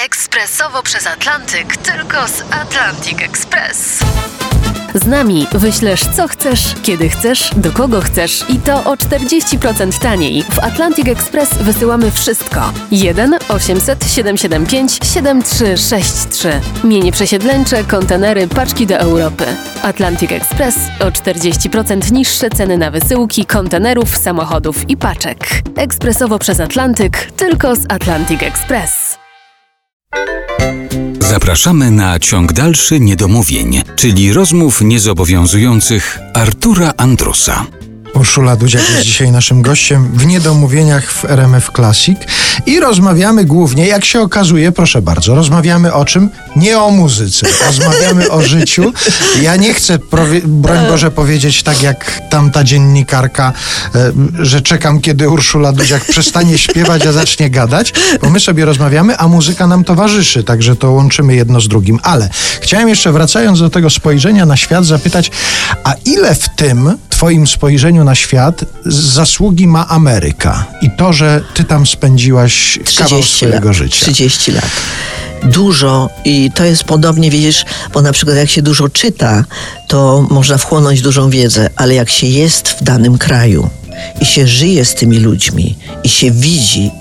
Ekspresowo przez Atlantyk, tylko z Atlantic Express. Z nami wyślesz co chcesz, kiedy chcesz, do kogo chcesz i to o 40% taniej. W Atlantic Express wysyłamy wszystko. 1 800 775 7363. Mienie przesiedleńcze, kontenery, paczki do Europy. Atlantic Express o 40% niższe ceny na wysyłki, kontenerów, samochodów i paczek. Ekspresowo przez Atlantyk, tylko z Atlantic Express. Zapraszamy na ciąg dalszy niedomówień, czyli rozmów niezobowiązujących Artura Andrusa. Urszula Dudziak jest dzisiaj naszym gościem w Niedomówieniach w RMF Classic i rozmawiamy głównie, jak się okazuje, proszę bardzo, rozmawiamy o czym? Nie o muzyce, rozmawiamy o życiu. Ja nie chcę, broń Boże, powiedzieć tak jak tamta dziennikarka, że czekam, kiedy Urszula Dudziak przestanie śpiewać, a zacznie gadać, bo my sobie rozmawiamy, a muzyka nam towarzyszy, także to łączymy jedno z drugim. Ale chciałem jeszcze, wracając do tego spojrzenia na świat, zapytać, a ile w tym twoim spojrzeniu na świat zasługi ma Ameryka i to, że ty tam spędziłaś kawał swojego życia? 30 lat. Dużo i to jest podobnie, widzisz, bo na przykład jak się dużo czyta, to można wchłonąć dużą wiedzę, ale jak się jest w danym kraju i się żyje z tymi ludźmi i się widzi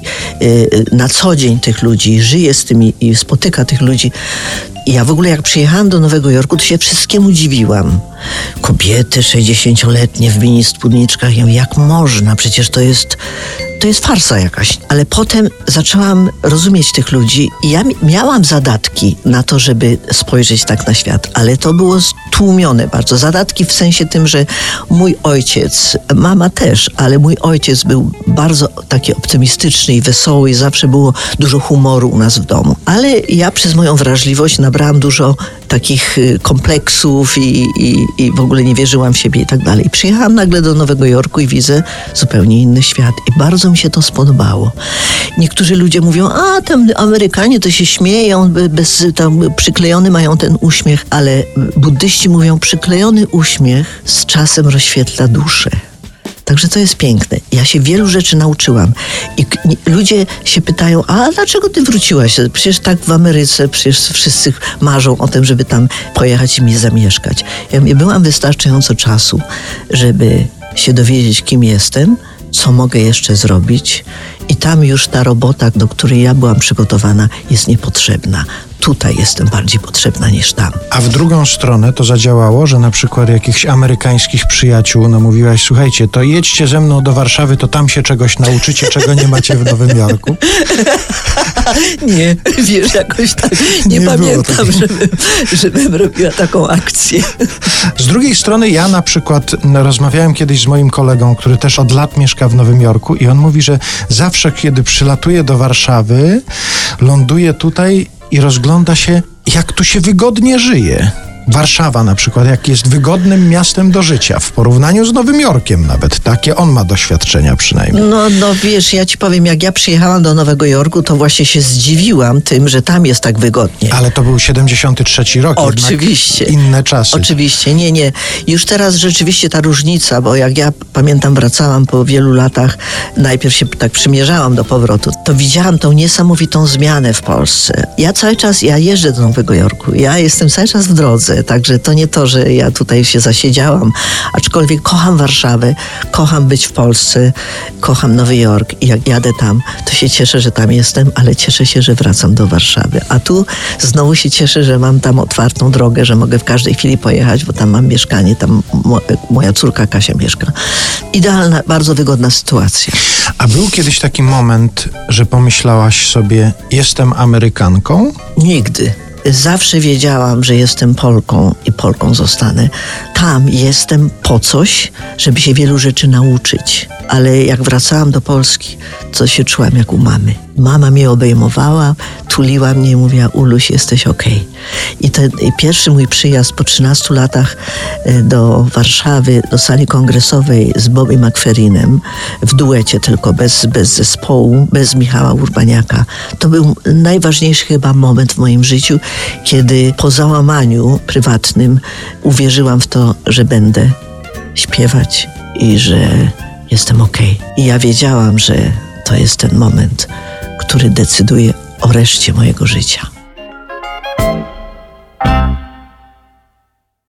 na co dzień tych ludzi, żyje z tymi i spotyka tych ludzi. Ja w ogóle jak przyjechałam do Nowego Jorku, to się wszystkiemu dziwiłam. Kobiety 60-letnie w mini spódniczkach. Ja mówię, jak można? Przecież to jest farsa jakaś. Ale potem zaczęłam rozumieć tych ludzi i ja miałam zadatki na to, żeby spojrzeć tak na świat, ale to było stłumione bardzo. Zadatki w sensie tym, że mój ojciec, mama też, ale mój ojciec był bardzo taki optymistyczny i wesoły i zawsze było dużo humoru u nas w domu. Ale ja przez moją wrażliwość nabrałam dużo takich kompleksów i w ogóle nie wierzyłam w siebie i tak dalej. I przyjechałam nagle do Nowego Jorku i widzę zupełnie inny świat i bardzo mi się to spodobało. Niektórzy ludzie mówią, a tam Amerykanie to się śmieją, tam przyklejony mają ten uśmiech, ale buddyści mówią, przyklejony uśmiech z czasem rozświetla duszę. Także to jest piękne. Ja się wielu rzeczy nauczyłam. I ludzie się pytają, a dlaczego ty wróciłaś? Przecież tak w Ameryce, przecież wszyscy marzą o tym, żeby tam pojechać i mi zamieszkać. Ja byłam wystarczająco czasu, żeby się dowiedzieć, kim jestem, co mogę jeszcze zrobić i tam już ta robota, do której ja byłam przygotowana, jest niepotrzebna. Tutaj jestem bardziej potrzebna niż tam. A w drugą stronę to zadziałało, że na przykład jakichś amerykańskich przyjaciół namówiłaś, słuchajcie, to jedźcie ze mną do Warszawy, to tam się czegoś nauczycie, czego nie macie w Nowym Jorku? Nie, wiesz, jakoś tak nie pamiętam, żebym robiła taką akcję. Z drugiej strony ja na przykład rozmawiałem kiedyś z moim kolegą, który też od lat mieszka w Nowym Jorku i on mówi, że zawsze, kiedy przylatuje do Warszawy, ląduje tutaj i rozgląda się, jak tu się wygodnie żyje. Warszawa na przykład, jak jest wygodnym miastem do życia, w porównaniu z Nowym Jorkiem nawet. Takie on ma doświadczenia przynajmniej. No wiesz, ja ci powiem, jak ja przyjechałam do Nowego Jorku, to właśnie się zdziwiłam tym, że tam jest tak wygodnie. Ale to był 73 rok. Oczywiście. Inne czasy. Oczywiście, nie. Już teraz rzeczywiście ta różnica, bo jak ja pamiętam, wracałam po wielu latach, najpierw się tak przymierzałam do powrotu, to widziałam tą niesamowitą zmianę w Polsce. Ja jeżdżę do Nowego Jorku, ja jestem cały czas w drodze. Także to nie to, że ja tutaj się zasiedziałam, aczkolwiek kocham Warszawę, kocham być w Polsce, kocham Nowy Jork i jak jadę tam, to się cieszę, że tam jestem, ale cieszę się, że wracam do Warszawy. A tu znowu się cieszę, że mam tam otwartą drogę, że mogę w każdej chwili pojechać, bo tam mam mieszkanie, tam moja córka Kasia mieszka. Idealna, bardzo wygodna sytuacja. A był kiedyś taki moment, że pomyślałaś sobie, jestem Amerykanką? Nigdy. Zawsze wiedziałam, że jestem Polką i Polką zostanę. Tam jestem po coś, żeby się wielu rzeczy nauczyć. Ale jak wracałam do Polski, to się czułam jak u mamy. Mama mnie obejmowała, tuliła mnie i mówiła, Uluś, jesteś okej. I ten pierwszy mój przyjazd po 13 latach do Warszawy, do sali kongresowej z Bobby McFerrinem, w duecie tylko, bez zespołu, bez Michała Urbaniaka. To był najważniejszy chyba moment w moim życiu, kiedy po załamaniu prywatnym uwierzyłam w to, że będę śpiewać i że jestem okej. I ja wiedziałam, że to jest ten moment, który decyduje o reszcie mojego życia.